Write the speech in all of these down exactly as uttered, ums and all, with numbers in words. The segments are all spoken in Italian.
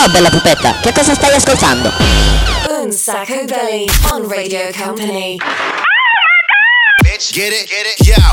Ciao bella pupetta, che cosa stai ascoltando? Un Sacco Belly on Radio Company. Bitch, get it, get it, yo.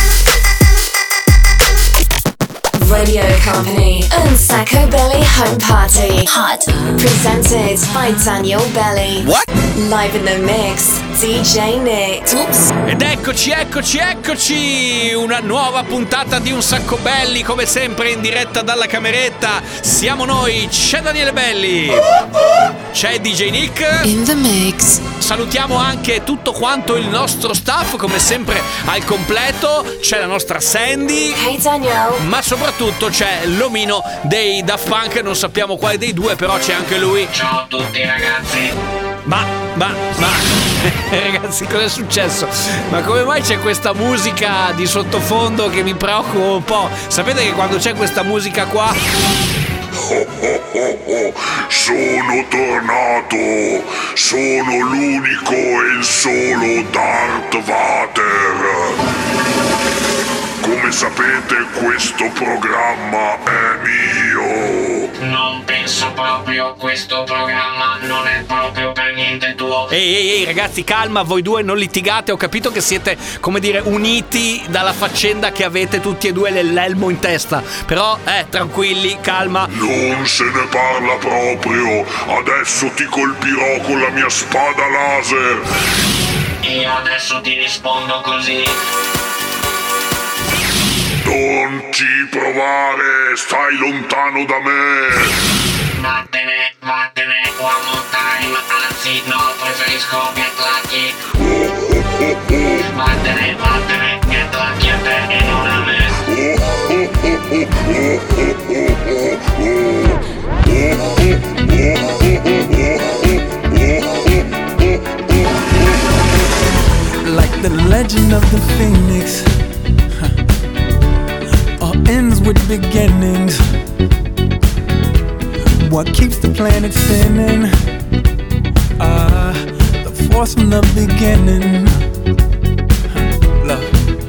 Radio Company and Sacco Belly Home Party. Hot. Presented by Daniel Belly. What? Live in the mix, D J Nick. Oops. Ed eccoci, eccoci, eccoci! Una nuova puntata di Un Sacco Belli, come sempre in diretta dalla cameretta. Siamo noi, c'è Daniele Belli, c'è D J Nick. In the mix. Salutiamo anche tutto quanto il nostro staff, come sempre al completo. C'è la nostra Sandy. Hey Daniel. Ma soprattutto c'è l'omino dei Daft Punk, non sappiamo quale dei due, però c'è anche lui. Ciao a tutti ragazzi. Ma, ma, ma, ragazzi, cosa è successo? Ma come mai c'è questa musica di sottofondo che mi preoccupa un po'? Sapete che quando c'è questa musica qua... Oh, oh, oh, oh. Sono tornato, sono l'unico e il solo Darth Vader. Come sapete, questo programma è mio. Non penso proprio, questo programma non è proprio per niente tuo. Ehi, ehi, ehi, ragazzi, calma, voi due non litigate. Ho capito che siete, come dire, uniti dalla faccenda che avete tutti e due l'elmo in testa. Però, eh, tranquilli, calma. Non se ne parla proprio. Adesso ti colpirò con la mia spada laser. Io adesso ti rispondo così. Non ci provare, stai lontano da me. Vattene, vattene, one more time. Anzi, no, preferisco Get Lucky. Vattene, vattene, Get Lucky a te e non a me. Like the legend of the Phoenix, all ends with beginnings. What keeps the planet spinning? Ah, uh, the force from the beginning. Love.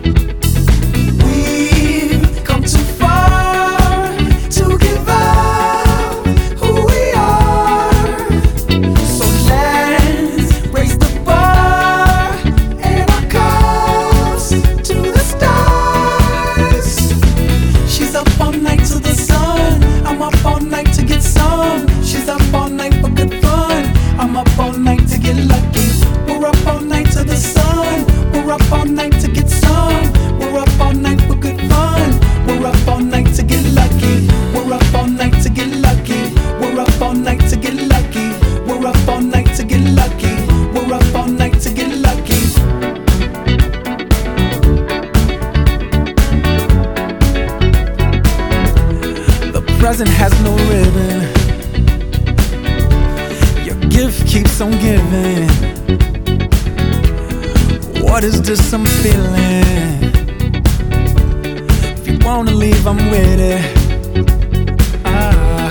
We've come too far to give up who we are. So let's raise the bar and our cups to the stars. She's up all night to the sun. I'm up all night to get some. She's up all night for good fun. I'm up all night to get lucky. We're up all night to the sun. We're up all night to get some. We're up all night for good fun. We're up all night to get lucky. We're up all night to get lucky. We're up all night to get lucky. We're up all night to get lucky. We're up all night to get lucky. The present has no ribbon. Your gift keeps on giving. What is this I'm feeling? If you wanna leave, I'm with it. Ah.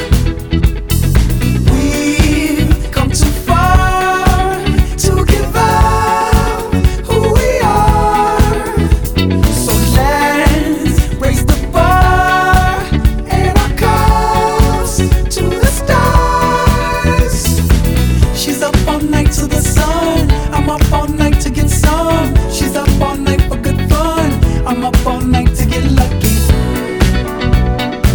We've come too far to give up who we are. So let's raise the bar and our cups to the stars. She's up all night to the sun. I'm up all night to get some. She's up all night for good fun. I'm up all night to get lucky.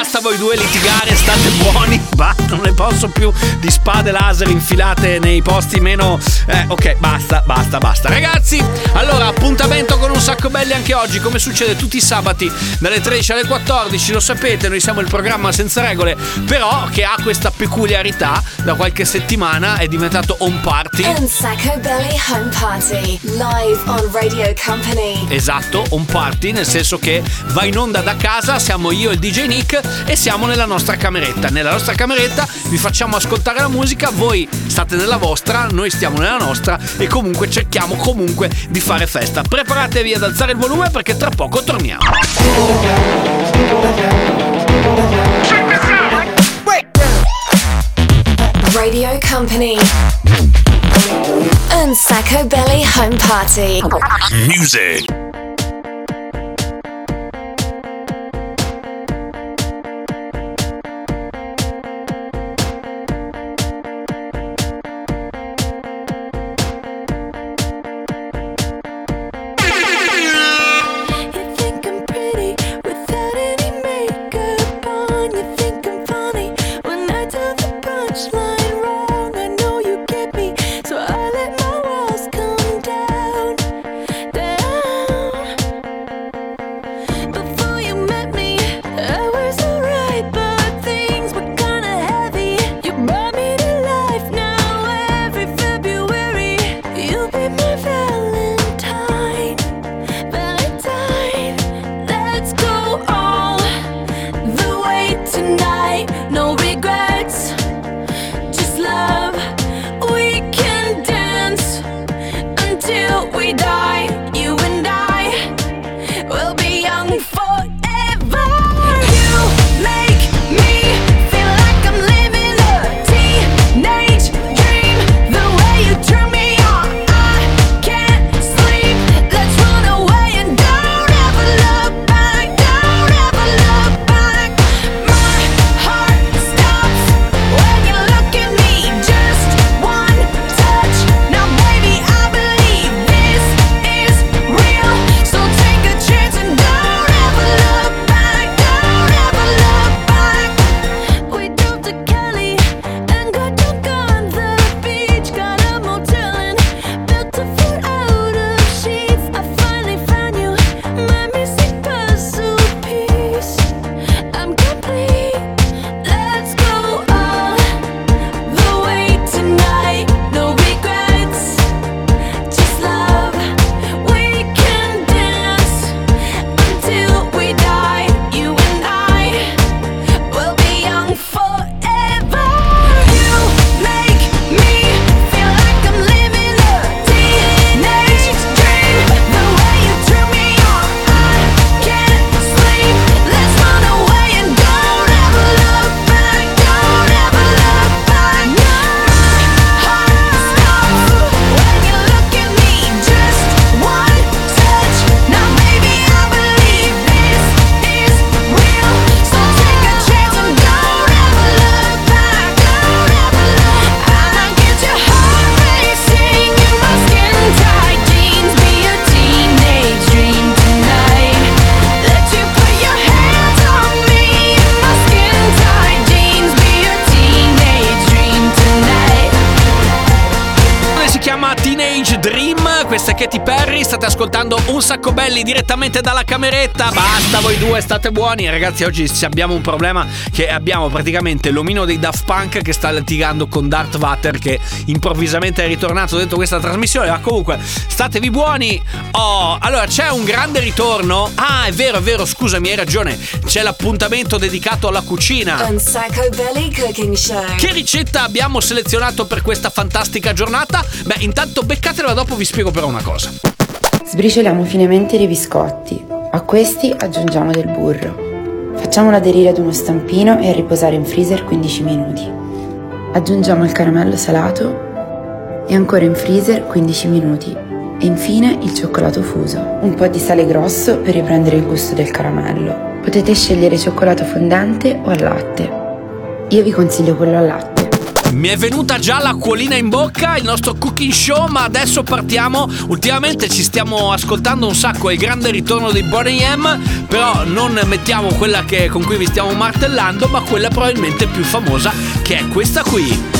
basta voi due litigare, state buoni, basta, non ne posso più di spade laser infilate nei posti meno... Eh, ok, basta, basta, basta. Ragazzi, allora, appuntamento con Un Sacco Belli anche oggi, come succede tutti i sabati, dalle tredici alle quattordici, lo sapete, noi siamo il programma senza regole, però che ha questa peculiarità, da qualche settimana è diventato Home Party. Un Sacco Belly Home Party, live on Radio Company. Esatto, Home Party, nel senso che va in onda da casa, siamo io e il D J Nick e siamo nella nostra cameretta. Nella nostra cameretta vi facciamo ascoltare la musica, voi state nella vostra, noi stiamo nella nostra e comunque cerchiamo comunque di fare festa. Preparatevi ad alzare il volume perché tra poco torniamo. Radio Company. Un Sacco Belly Home Party. Music. Questa è Katy Perry, state ascoltando Un Sacco Belli direttamente dalla cameretta. Basta voi due, state buoni. Ragazzi, oggi abbiamo un problema, che abbiamo praticamente l'omino dei Daft Punk che sta litigando con Darth Vader, che improvvisamente è ritornato dentro questa trasmissione. Ma comunque statevi buoni. Oh, allora c'è un grande ritorno. Ah, è vero, è vero, scusami, hai ragione. C'è l'appuntamento dedicato alla cucina. Un Sacco Belly Cooking Show. Che ricetta abbiamo selezionato per questa fantastica giornata? Beh, intanto beccatela, dopo vi spiego però una cosa. Sbricioliamo finemente i biscotti. A questi aggiungiamo del burro. Facciamolo aderire ad uno stampino e a riposare in freezer quindici minuti. Aggiungiamo il caramello salato e ancora in freezer quindici minuti. E infine il cioccolato fuso. Un po' di sale grosso per riprendere il gusto del caramello. Potete scegliere cioccolato fondente o al latte. Io vi consiglio quello al latte. Mi è venuta già l'acquolina in bocca, il nostro cooking show, ma adesso partiamo. Ultimamente ci stiamo ascoltando un sacco il grande ritorno di Boney M, però non mettiamo quella che, con cui vi stiamo martellando, ma quella probabilmente più famosa, che è questa qui.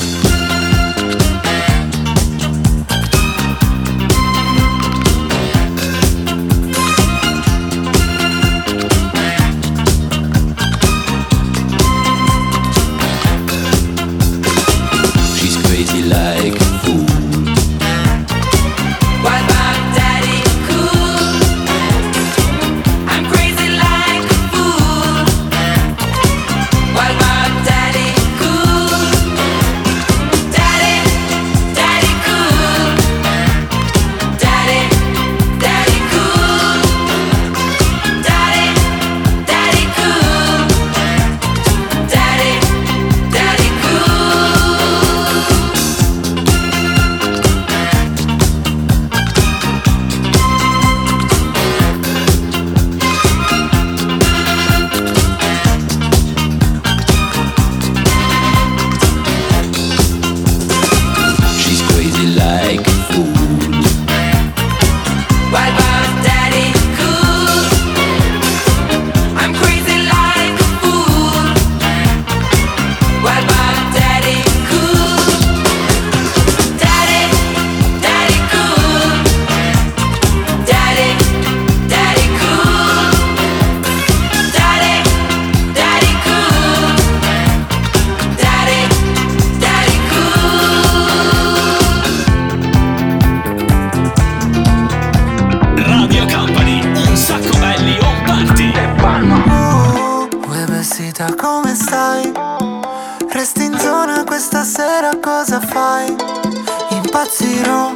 Come stai? Resti in zona questa sera, cosa fai? Impazzirò,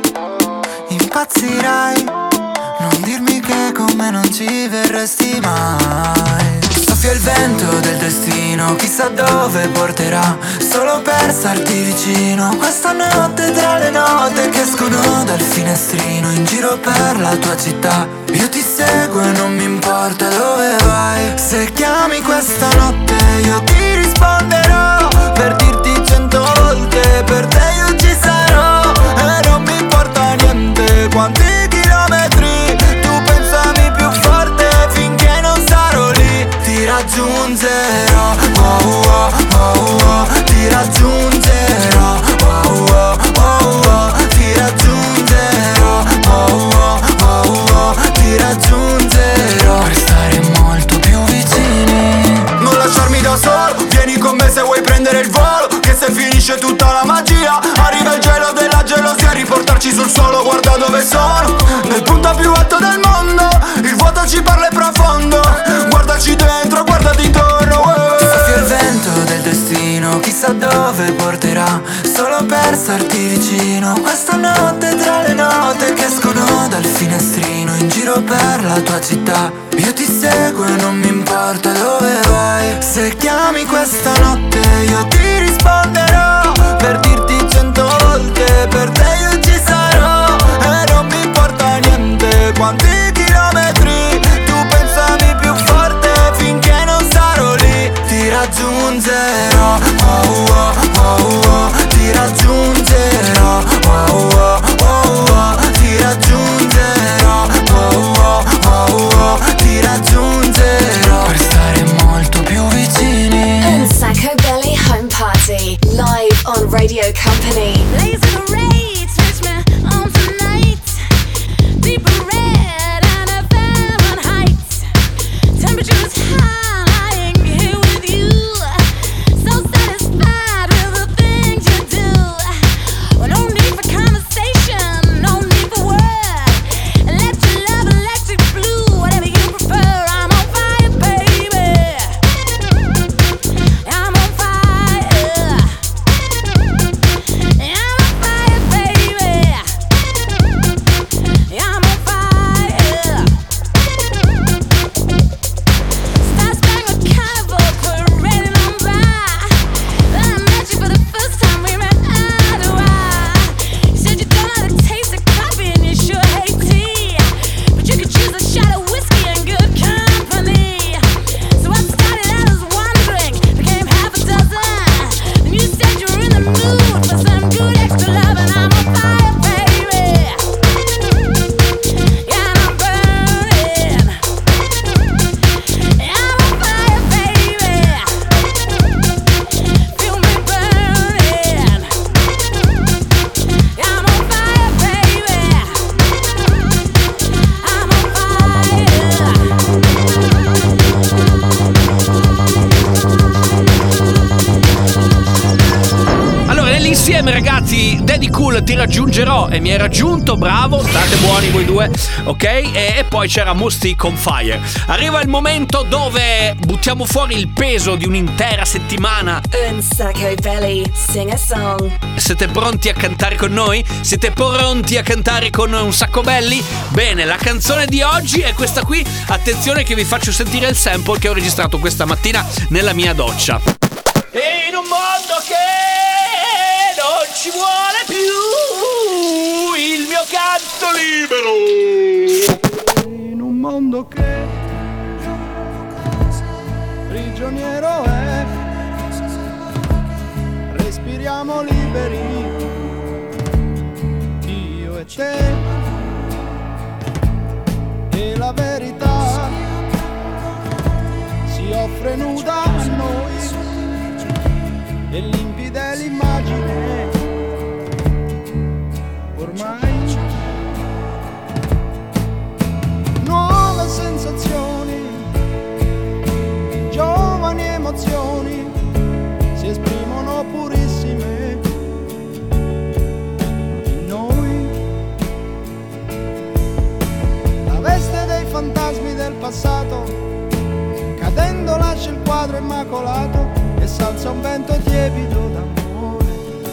impazzirai. Non dirmi che con me non ci verresti mai. Soffia il vento del destino, chissà dove porterà, solo per starti vicino. Questa notte tra le note che escono dal finestrino, in giro per la tua città, io ti seguo e non mi importa dove vai. Se chiami questa notte io ti risponderò, per dirti cento volte per te io ci sarò. E non mi importa niente quanti chilometri, tu pensami più forte finché non sarò lì. Ti raggiungerò, oh oh oh oh, ti raggiungerò, oh oh oh oh, ti raggiungerò, oh oh oh oh, ti raggiungerò. Per stare molto più vicini, non lasciarmi da solo, vieni con me se vuoi prendere il volo, che se finisce tutta la magia arriva il gelo della gelosia a riportarci sul suolo. Guarda dove sono, nel punto più alto del mondo, il vuoto ci parla e profondo, guardaci dentro, guardati intorno. Soffia il vento del destino, chissà dove porterà, solo per starti vicino. Questa notte tra le note che escono dal finestrino, in giro per la tua città, io ti seguo e non mi importa dove vai. Se chiami questa notte io ti risponderò, per dirti cento volte per te io ci sarò. E non mi importa niente quanti chilometri, tu pensami più forte finché non sarò lì. Ti raggiungerò, oh oh oh oh, ti raggiungerò, oh oh oh oh, ti raggiungerò, oh oh oh oh, ti raggiungerò. Per stare molto più vicini. Un Sacco Belly Home Party, live on Radio Company. Blazing the rays, switch me on tonight. Deeper red and a Fahrenheit. Temperatures high, here with you. So satisfied with the things you do. Well, no need for conversation, no need for word. Let your love electric blue, whatever you prefer. I'm on fire, baby. I'm on fire. I'm Insieme ragazzi, Daddy Cool ti raggiungerò e mi hai raggiunto, bravo, state buoni voi due, ok? E, e poi c'era Musti con Fire. Arriva il momento dove buttiamo fuori il peso di un'intera settimana. Un Sacco Belly, sing a song. Siete pronti a cantare con noi? Siete pronti a cantare con Un Sacco Belli? Bene, la canzone di oggi è questa qui. Attenzione che vi faccio sentire il sample che ho registrato questa mattina nella mia doccia. E in un mondo che non ci vuole più il mio canto libero. In un mondo che prigioniero è, respiriamo liberi, io e te, e la verità si offre nuda a noi, e limpida è l'immagine, ormai. Nuove sensazioni, giovani emozioni, si esprimono purissime in noi. La veste dei fantasmi del passato, cadendo lascia il quadro immacolato e s'alza un vento tiepido d'amore.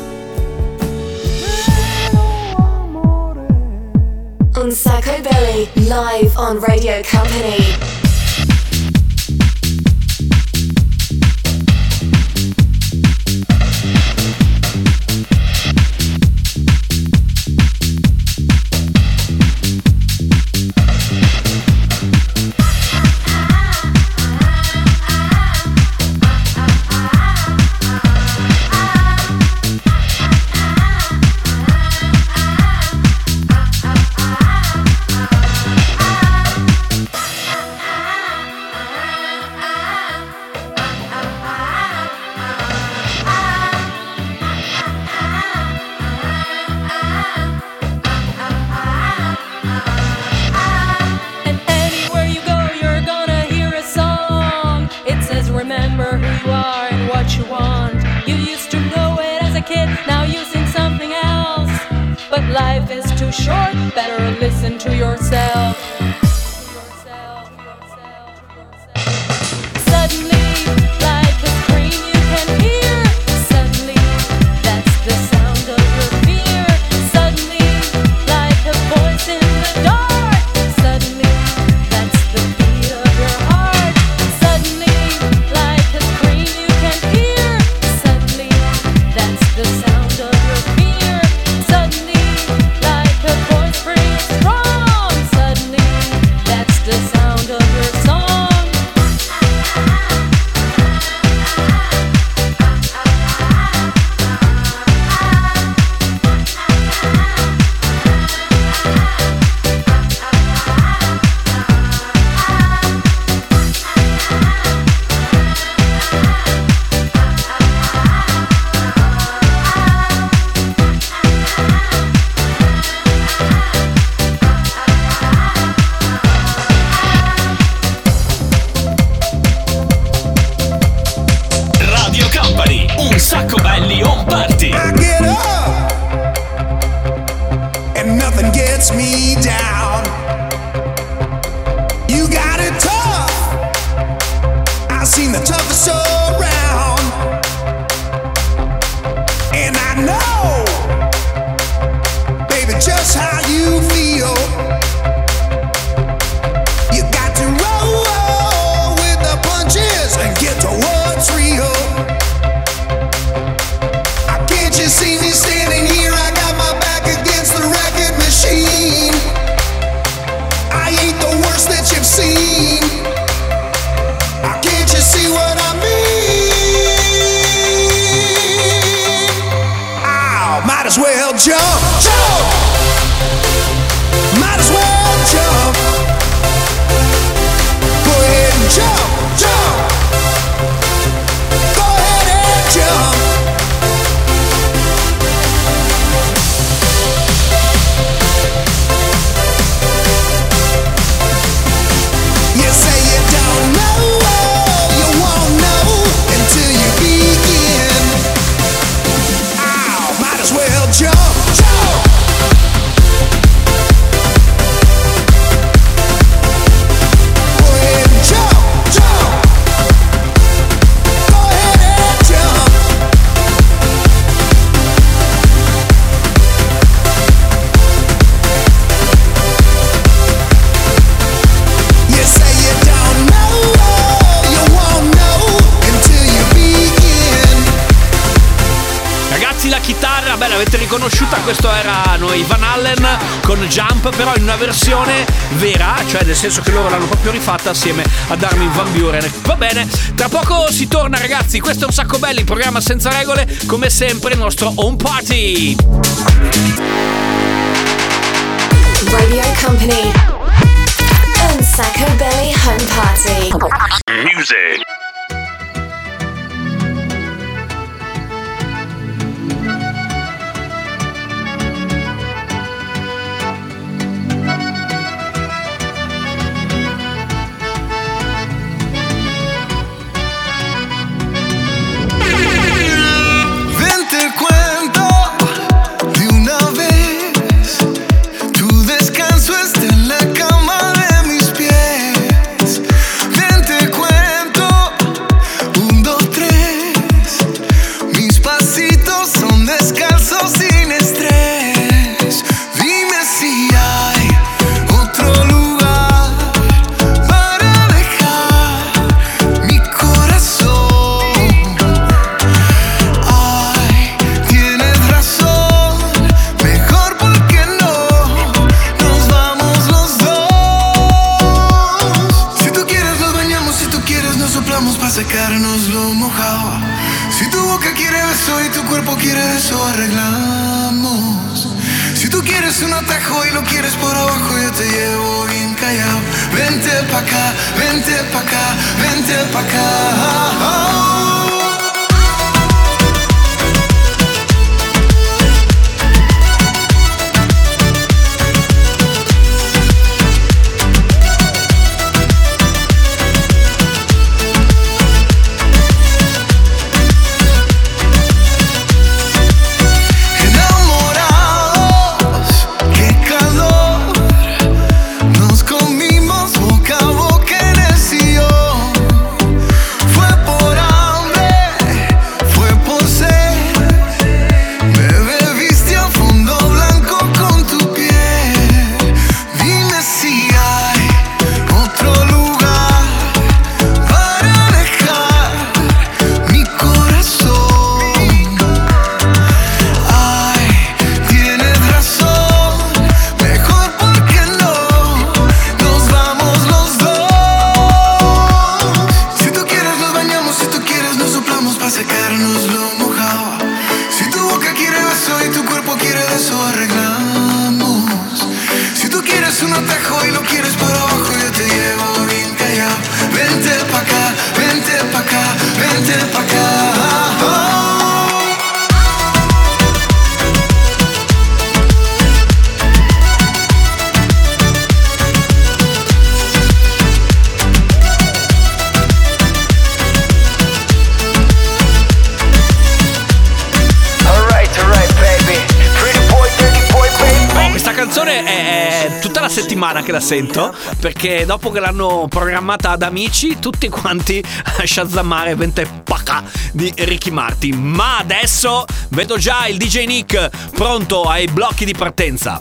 Vero amore. Un Sacco Belly, live on Radio Company. Life is too short, better listen to yourself. Suddenly, like a scream you can hear. Suddenly, that's the sound of your fear. Suddenly, like a voice in the dark. Suddenly, that's the beat of your heart. Suddenly, like a scream you can hear. Suddenly, that's the sound of your fear. Suddenly, a voice brings strong. Suddenly, that's the sound of your song. Me down. You got it tough. I've seen the toughest around, and I know, baby, just how you feel. You got to roll with the punches and get to what's real. I can't you see me standing here? I got my back against the record machine. chitarra, beh, l'avete riconosciuta, questo era noi Van Allen con Jump, però in una versione vera, cioè nel senso che loro l'hanno proprio rifatta assieme ad Armin van Buuren. Va bene, tra poco si torna, ragazzi, questo è Un Sacco Belli, programma senza regole, come sempre il nostro home party. Radio Company. Un Sacco Belly Home Party. Music. Che la sento, perché dopo che l'hanno programmata ad Amici tutti quanti a shazammare Vente Paca di Ricky Martin. Ma adesso vedo già il D J Nick pronto ai blocchi di partenza.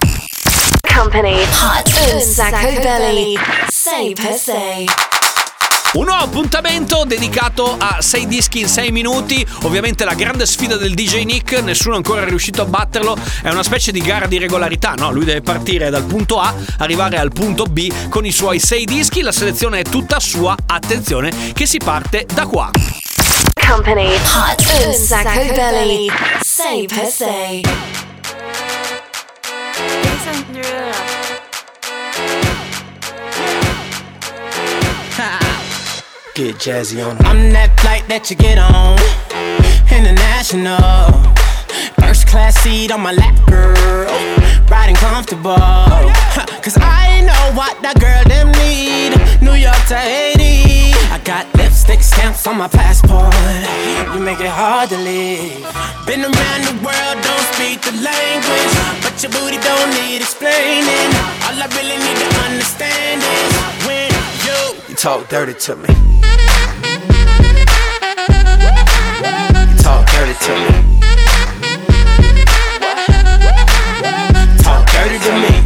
Company Hot Un Sacco Belly sei per sei. Un nuovo appuntamento dedicato a sei dischi in sei minuti. Ovviamente la grande sfida del D J Nick, nessuno ancora è riuscito a batterlo. È una specie di gara di regolarità, no? Lui deve partire dal punto A, arrivare al punto B con i suoi sei dischi. La selezione è tutta sua, attenzione che si parte da qua. Company Hot Un Sacco Belly sei per sei. Get jazzy on. I'm that flight that you get on, international. First class seat on my lap, girl, riding comfortable. Cause I know what that girl them need. New York to Haiti, I got lipstick stamps on my passport. You make it hard to leave. Been around the world, don't speak the language, but your booty don't need explaining. All I really need to understand is when you, you talk dirty to me. You talk dirty to me. Talk dirty to me.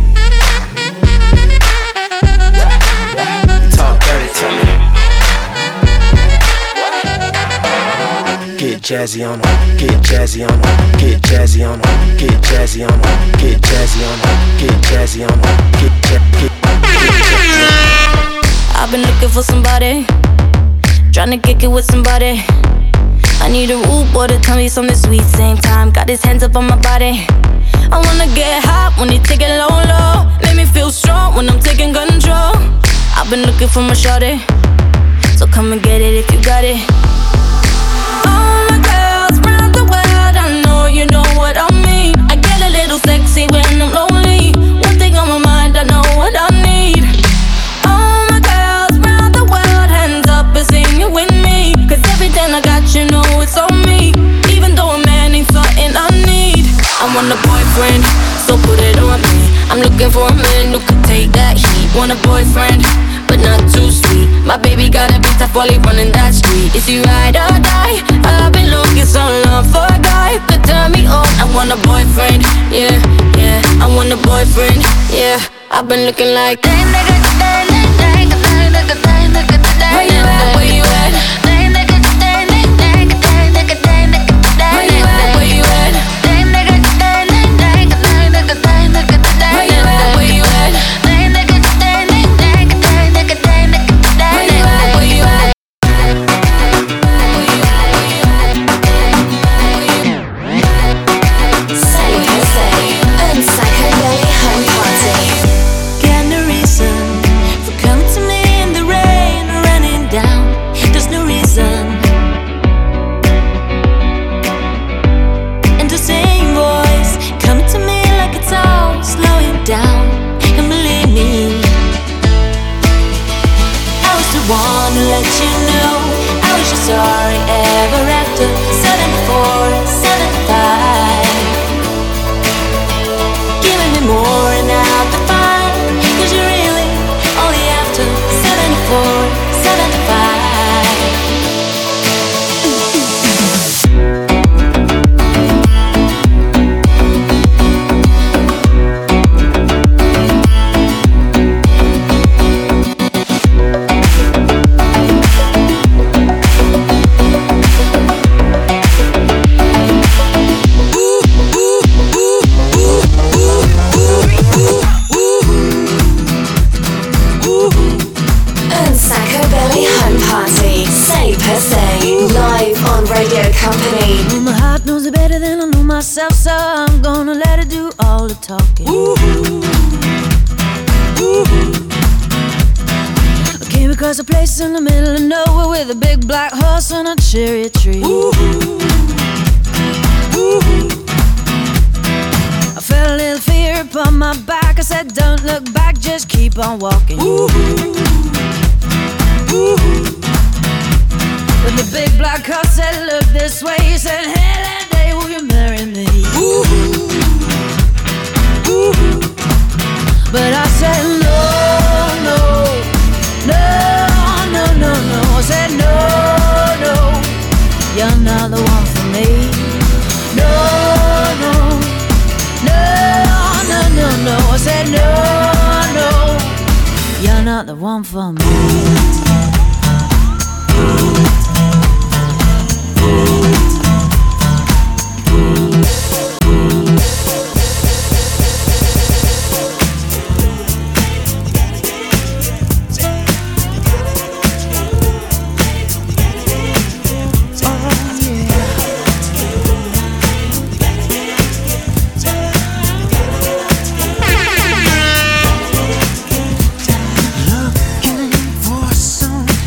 Talk dirty to me. Get jazzy on one, get jazzy on one, get jazzy on one, get jazzy on one, get jazzy on one, get jazzy on one, get jazzy. I've been looking for somebody, trying to kick it with somebody. I need a rude boy to tell me something sweet. Same time, got his hands up on my body. I wanna get hot when he take it low, low. Make me feel strong when I'm taking control. I've been looking for my shawty, so come and get it if you got it. All my girls round the world, I know you know what I mean. I get a little sexy when I'm lonely. One thing on my mind, I know what I need. All my girls round the world, hands up and sing it with me. Cause everything I got, you know it's on me. Even though a man ain't something I need. I want a boyfriend, so put it on me. I'm looking for a man who could take that heat. Want a boyfriend, but not too sweet. My baby gotta be tough while he running that street. Is he ride or die? I've been looking so long for a guy who could turn me on. I want a boyfriend, yeah, yeah. I want a boyfriend, yeah. I've been looking like where you at, where you at? Sorry ever after seventy-four, seventy-five. Giving me more and out the fine. Cause you're really only after seventy-four, seventy-five. Company. Well, my heart knows it better than I know myself, so I'm gonna let it do all the talking. Ooh. Ooh. I came across a place in the middle of nowhere with a big black horse and a cherry tree. Ooh. Ooh. I felt a little fear upon my back. I said, don't look back, just keep on walking. Ooh. Ooh. When the big black car said, look this way, he said, hey, that day, will you marry me? Ooh. Ooh. But I said, no, no, no, no, no, no. I said, no, no, you're not the one for me. No, no, no, no, no, no. I said, no, no, you're not the one for me. Looking for some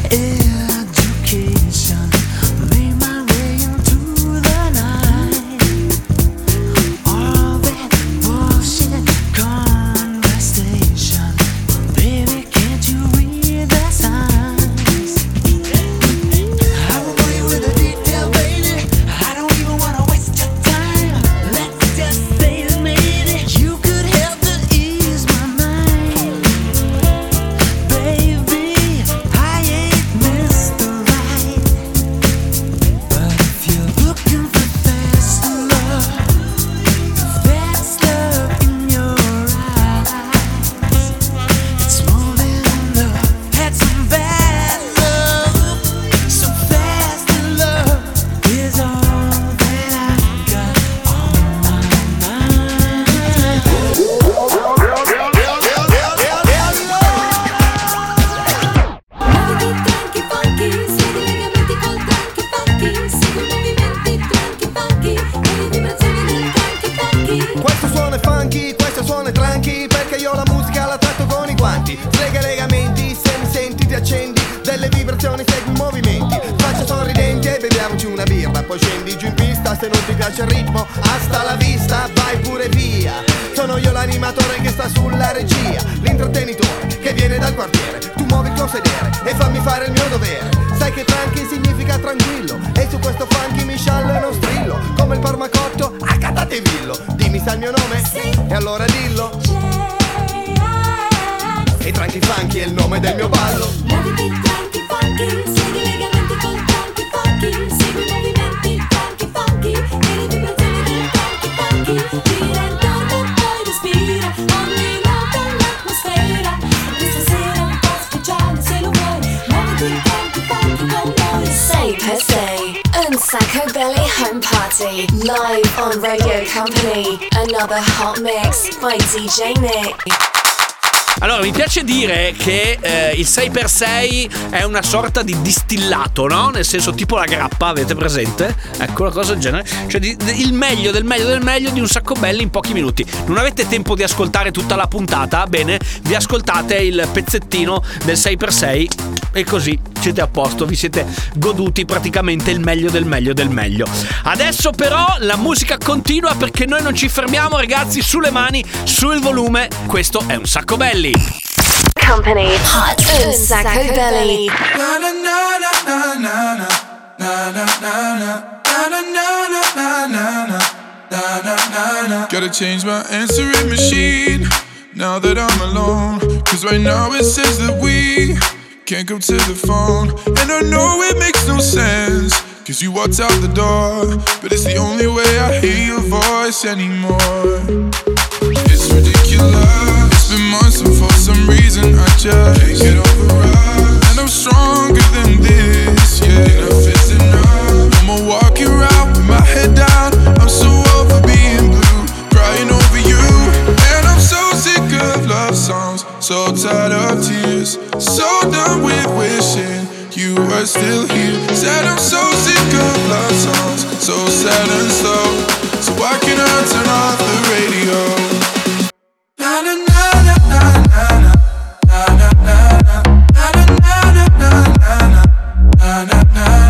scendigi in pista, se non ti piace il ritmo, hasta la vista, vai pure via. Sono io l'animatore che sta sulla regia, l'intrattenitore che viene dal quartiere. Tu muovi il tuo sedere e fammi fare il mio dovere. Sai che tranqui significa tranquillo, e su questo funky mi sciallo e non strillo, come il parmacotto a Catatevillo. Dimmi sa il mio nome? Sì. E allora dillo. E tranqui funky è il nome del mio ballo. Muoviti tranqui funky, segui legalmente con tranqui funky, segui i movimenti tranqui funky, e le vibrazioni del tranqui funky. Gira intorno e poi respira, ogni nota è l'atmosfera. Questa sera un po' speciale se lo vuoi, muoviti tranqui funky con noi. Say per se, un Sacco Belly Home Party, live on Radio Company. Another hot mix by D J Nick. Allora, mi piace dire che eh, il sei per sei è una sorta di distillato, no? Nel senso, tipo la grappa, avete presente? Ecco, una cosa del genere. Cioè, di, di, il meglio del meglio del meglio di un Sacco Belli in pochi minuti. Non avete tempo di ascoltare tutta la puntata? Bene, vi ascoltate il pezzettino del sei per sei e così siete a posto, vi siete goduti praticamente il meglio del meglio del meglio. Adesso però la musica continua, perché noi non ci fermiamo, ragazzi. Sulle mani, sul volume. Questo è un Sacco Belli. Company Hot un Sacco Belly. Na na na na na na na na na na na na na na. Gotta change my answering machine now that I'm alone, cause right now it says that we can't go to the phone. And I know it makes no sense, cause you walked out the door, but it's the only way I hear your voice anymore. It's ridiculous. It's been months and for some reason I just can't get over us. And I'm stronger than this, yeah. Enough is enough. No more walking around with my head down. I'm so over being blue, crying over you. And I'm so sick of love songs, so tired of tears, so done with wishing you were still here. Said I'm so sick of love songs, so sad and slow. So why can't I turn off the radio? Na na na na na na na na na na na na na na na na na.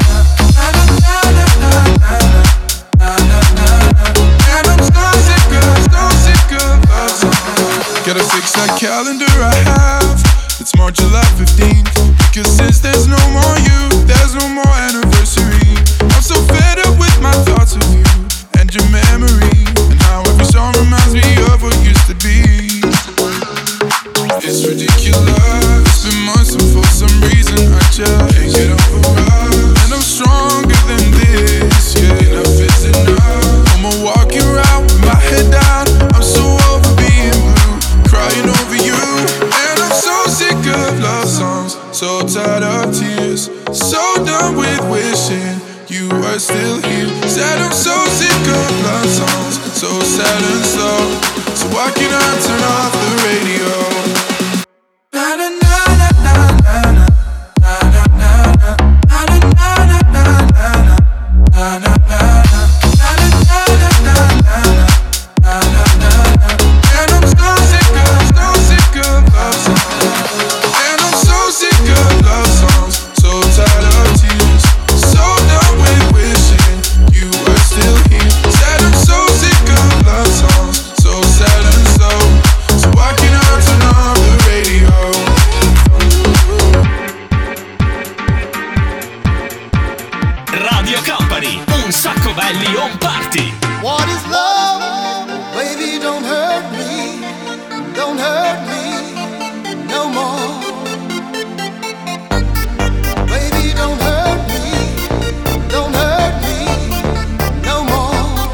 And I'm so sick of, so sick of love songs. Gotta fix that calendar I have. It's March July fifteenth. Because since there's no more you, there's no more anniversary. I'm so fed up with my thoughts of you and your memory, and how every song reminds me of what used to be. It's ridiculous. It's been months and for some reason I just can't get over us. And I'm stronger than this, yeah. Enough is enough. No more walking around with my head down. I'm so over being blue, crying over you. And I'm so sick of love songs, so tired of tears, so done with wishing you were still here. Said I'm so sick of love songs, so sad and slow. So why can't I turn off the radio? Na na na na na na na na na na na na na na na. And I'm so sick of, so sick of love songs. And I'm so sick of love songs, so tired of tears, so done with wishing you were still here. Said I'm so sick of love songs, so sad and slow. So why can't I turn off the radio? Radio Company, un Sacco Belli Home Party. What is love? Baby, don't hurt me. Don't hurt me no more. Baby, don't hurt me. Don't hurt me no more.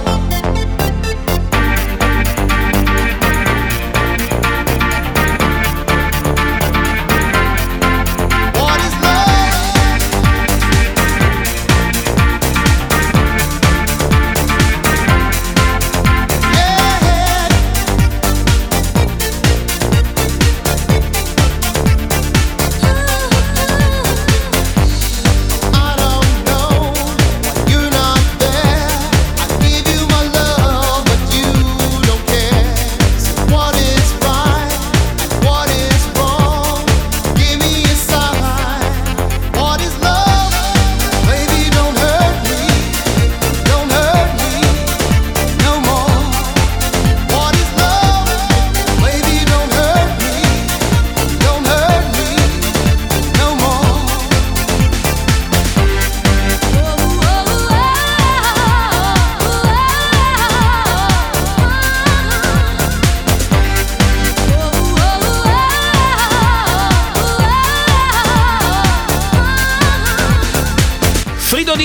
What is love?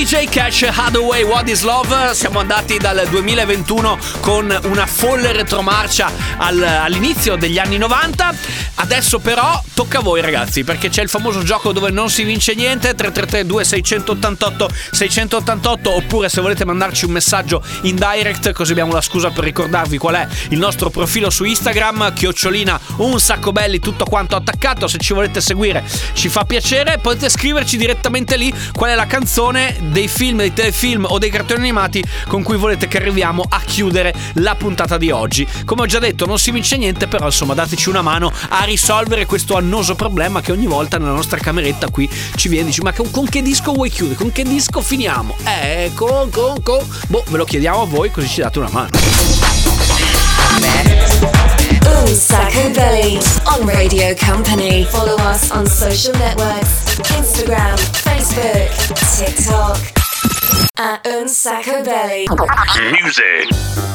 J Cash, Hathaway, What is Love. Siamo andati dal duemilaventuno con una folle retromarcia al, all'inizio degli anni novanta. Adesso però tocca a voi ragazzi, perché c'è il famoso gioco dove non si vince niente. Tre tre tre due sei otto otto sei otto otto, oppure se volete mandarci un messaggio in direct, così abbiamo la scusa per ricordarvi qual è il nostro profilo su Instagram, chiocciolina un sacco belli, tutto quanto attaccato. Se ci volete seguire ci fa piacere, potete scriverci direttamente lì qual è la canzone dei film, dei telefilm o dei cartoni animati con cui volete che arriviamo a chiudere la puntata di oggi. Come ho già detto non si vince niente, però insomma dateci una mano a risolvere questo annoso problema che ogni volta nella nostra cameretta qui ci viene, dici ma con, con che disco vuoi chiudere, con che disco finiamo? Eh con con con boh, ve lo chiediamo a voi così ci date una mano. Un Sacco Belly on Radio Company. Follow us on social networks, Instagram, Facebook, TikTok at Un Sacco Belly. Music.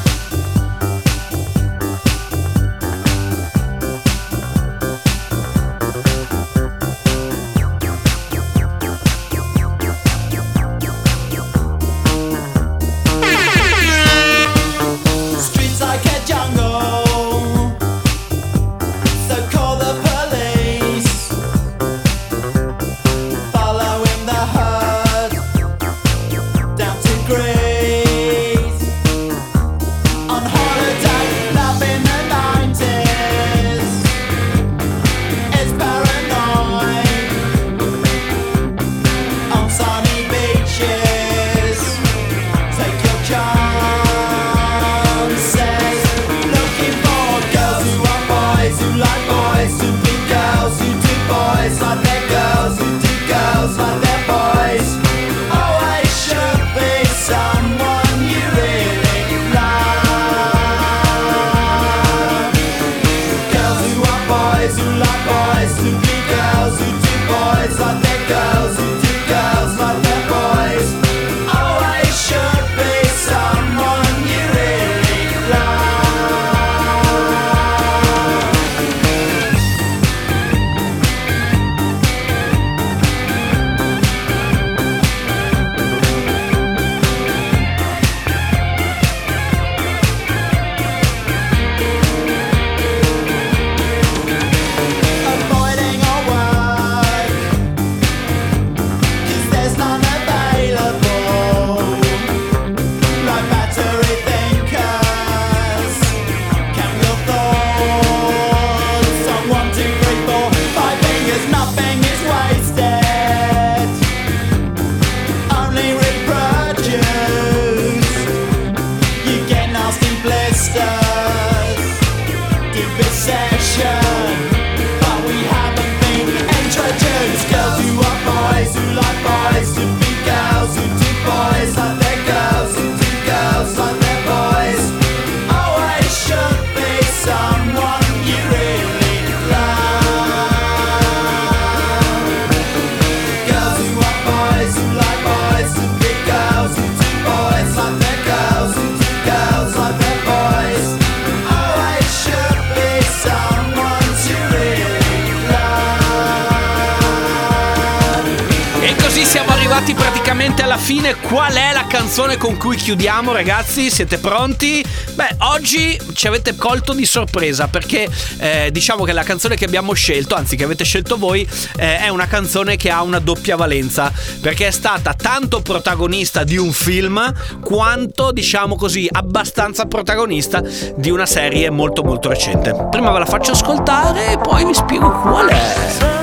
Praticamente alla fine, qual è la canzone con cui chiudiamo ragazzi? Siete pronti? Beh, oggi ci avete colto di sorpresa perché eh, diciamo che la canzone che abbiamo scelto, anzi che avete scelto voi, eh, è una canzone che ha una doppia valenza, perché è stata tanto protagonista di un film quanto, diciamo così, abbastanza protagonista di una serie molto molto recente. Prima ve la faccio ascoltare e poi vi spiego qual è.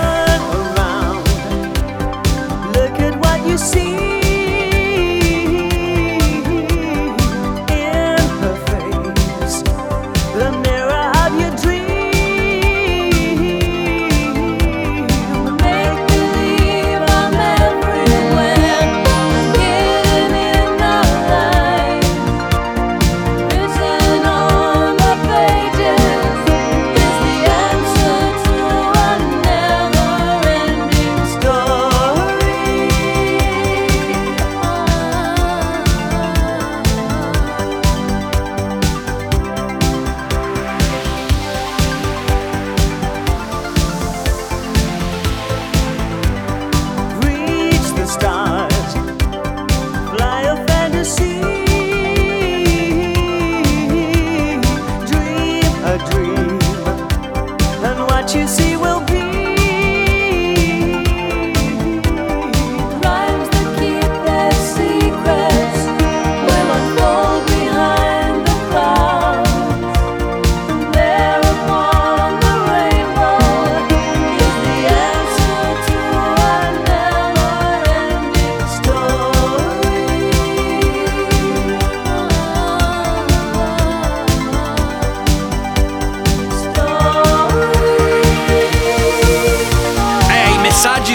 You see in her face the mirror of your dream. Make believe I'm everywhere, hidden in the light. Written on the pages is the answer to a never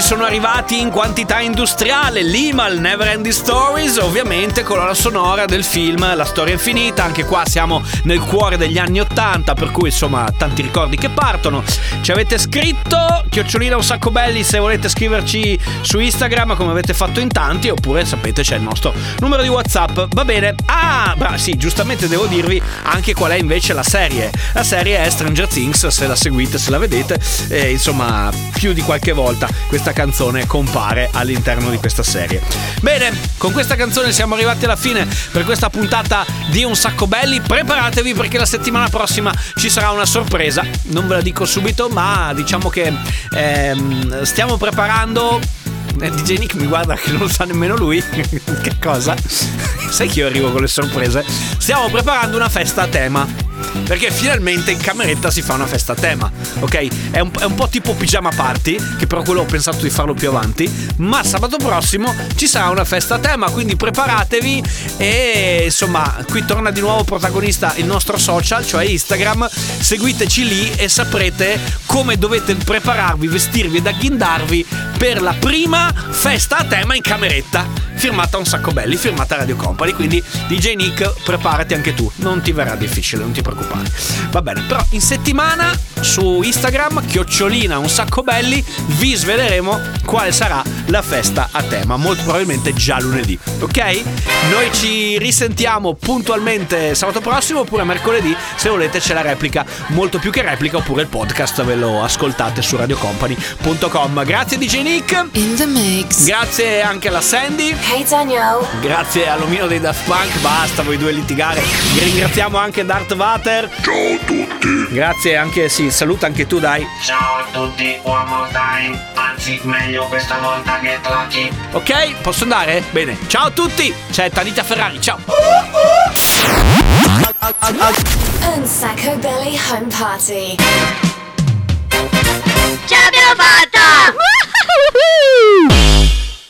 sono arrivati in quantità industriale. Limal, Never Ending Stories, ovviamente colonna sonora del film La storia infinita. Anche qua siamo nel cuore degli anni ottanta, per cui insomma tanti ricordi che partono. Ci avete scritto, chiocciolina un sacco belli, se volete scriverci su Instagram come avete fatto in tanti, oppure sapete c'è il nostro numero di WhatsApp. Va bene. Ah, beh, sì, giustamente devo dirvi anche qual è invece la serie. La serie è Stranger Things, se la seguite, se la vedete, eh, insomma più di qualche volta questa canzone compare all'interno di questa serie. Bene, con questa canzone siamo arrivati alla fine per questa puntata di Un Sacco Belli. Preparatevi perché la settimana prossima ci sarà una sorpresa, non ve la dico subito, ma diciamo che ehm, stiamo preparando. D J Nick mi guarda che non lo sa nemmeno lui. Che cosa? Sai che io arrivo con le sorprese? Stiamo preparando una festa a tema, perché finalmente in cameretta si fa una festa a tema, ok? È un, è un po' tipo pigiama party, che però quello ho pensato di farlo più avanti. Ma sabato prossimo ci sarà una festa a tema, quindi preparatevi. E insomma, qui torna di nuovo protagonista il nostro social, cioè Instagram. Seguiteci lì e saprete come dovete prepararvi, vestirvi ed agghindarvi per la prima festa a tema in cameretta, firmata Un Sacco Belli, firmata Radio Company. Quindi D J Nick, preparati anche tu, non ti verrà difficile, non ti preoccupare. Va bene, però in settimana su Instagram, chiocciolina Un Sacco Belli, vi sveleremo quale sarà la festa a tema, molto probabilmente già lunedì, ok? Noi ci risentiamo puntualmente sabato prossimo, oppure mercoledì, se volete c'è la replica, molto più che replica, oppure il podcast ve lo ascoltate su radio company punto com. Grazie D J Nick. In the mix. Grazie anche alla Sandy. Hey Daniel. Grazie all'omino dei Daft Punk. Basta voi due litigare. Ringraziamo anche Darth Vader. Ciao a tutti. Grazie anche, sì, saluta anche tu, dai. Ciao a tutti, one more time. Anzi, meglio questa volta che Lucky. Ok, posso andare? Bene. Ciao a tutti. C'è Tanita Ferrari. Ciao. Un Sacco Belli Home Party. Ce l'abbiamo fatta!